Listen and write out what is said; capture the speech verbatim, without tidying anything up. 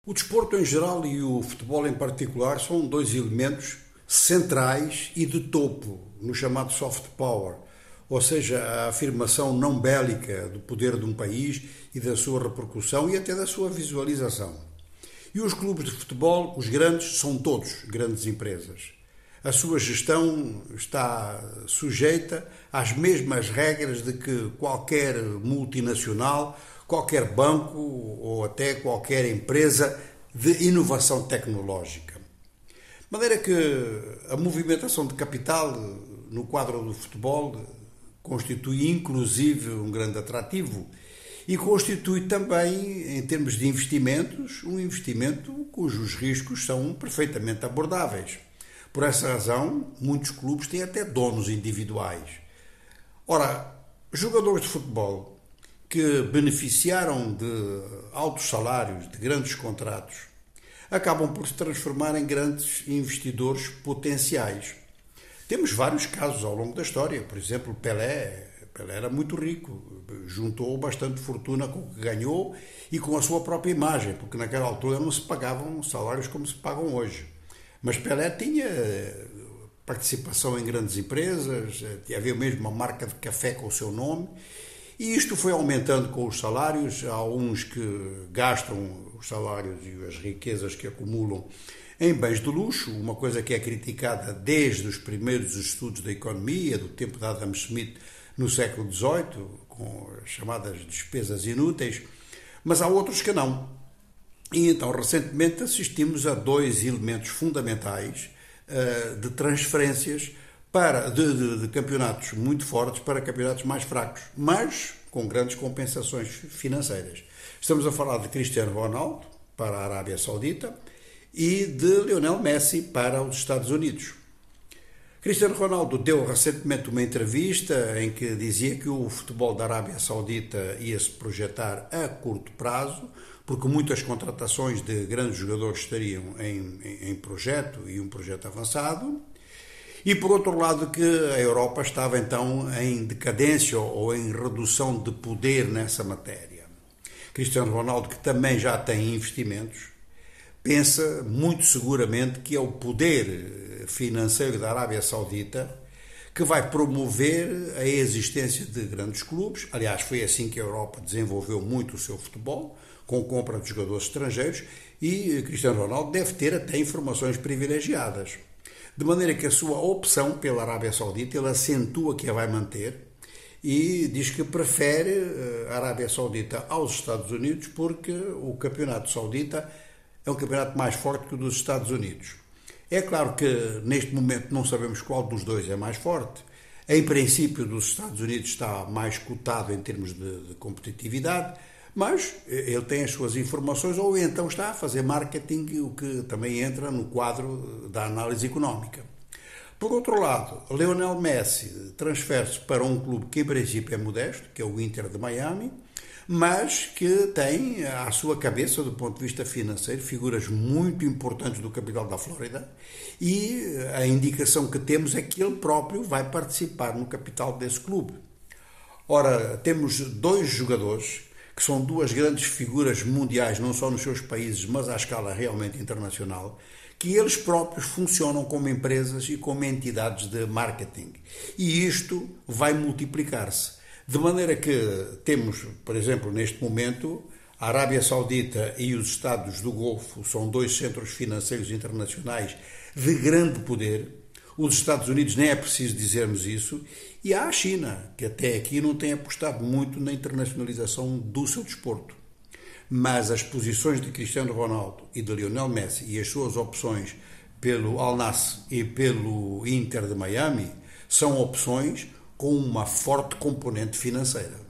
O desporto em geral e o futebol em particular são dois elementos centrais e de topo no chamado soft power, ou seja, a afirmação não bélica do poder de um país e da sua repercussão e até da sua visualização. E os clubes de futebol, os grandes, são todos grandes empresas. A sua gestão está sujeita às mesmas regras de que qualquer multinacional, qualquer banco ou até qualquer empresa de inovação tecnológica. De maneira que a movimentação de capital no quadro do futebol constitui inclusive um grande atrativo e constitui também, em termos de investimentos, um investimento cujos riscos são perfeitamente abordáveis. Por essa razão, muitos clubes têm até donos individuais. Ora, jogadores de futebol que beneficiaram de altos salários, de grandes contratos, acabam por se transformar em grandes investidores potenciais. Temos vários casos ao longo da história. Por exemplo, Pelé. Pelé era muito rico, juntou bastante fortuna com o que ganhou e com a sua própria imagem, porque naquela altura não se pagavam salários como se pagam hoje. Mas Pelé tinha participação em grandes empresas, havia mesmo uma marca de café com o seu nome, e isto foi aumentando com os salários. Há uns que gastam os salários e as riquezas que acumulam em bens de luxo, uma coisa que é criticada desde os primeiros estudos da economia, do tempo de Adam Smith no século dezoito, com as chamadas despesas inúteis, mas há outros que não. E então, recentemente, assistimos a dois elementos fundamentais uh, de transferências para, de, de, de campeonatos muito fortes para campeonatos mais fracos, mas com grandes compensações financeiras. Estamos a falar de Cristiano Ronaldo para a Arábia Saudita e de Lionel Messi para os Estados Unidos. Cristiano Ronaldo deu recentemente uma entrevista em que dizia que o futebol da Arábia Saudita ia se projetar a curto prazo, porque muitas contratações de grandes jogadores estariam em, em, em projeto e um projeto avançado, e por outro lado que a Europa estava então em decadência ou em redução de poder nessa matéria. Cristiano Ronaldo, que também já tem investimentos, pensa muito seguramente que é o poder financeiro da Arábia Saudita que vai promover a existência de grandes clubes. Aliás, foi assim que a Europa desenvolveu muito o seu futebol, com compra de jogadores estrangeiros, e Cristiano Ronaldo deve ter até informações privilegiadas. De maneira que a sua opção pela Arábia Saudita, ele acentua que a vai manter e diz que prefere a Arábia Saudita aos Estados Unidos porque o campeonato saudita é um campeonato mais forte que o dos Estados Unidos. É claro que neste momento não sabemos qual dos dois é mais forte. Em princípio, dos Estados Unidos está mais cotado em termos de, de competitividade, mas ele tem as suas informações ou então está a fazer marketing, o que também entra no quadro da análise económica. Por outro lado, Lionel Messi transfere-se para um clube que em princípio é modesto, que é o Inter de Miami, mas que tem à sua cabeça, do ponto de vista financeiro, figuras muito importantes do capital da Flórida, e a indicação que temos é que ele próprio vai participar no capital desse clube. Ora, temos dois jogadores que são duas grandes figuras mundiais, não só nos seus países, mas à escala realmente internacional, que eles próprios funcionam como empresas e como entidades de marketing. E isto vai multiplicar-se. De maneira que temos, por exemplo, neste momento, a Arábia Saudita e os Estados do Golfo são dois centros financeiros internacionais de grande poder. Os Estados Unidos, nem é preciso dizermos isso, e há a China, que até aqui não tem apostado muito na internacionalização do seu desporto. Mas as posições de Cristiano Ronaldo e de Lionel Messi e as suas opções pelo Al Nassr e pelo Inter de Miami são opções com uma forte componente financeira.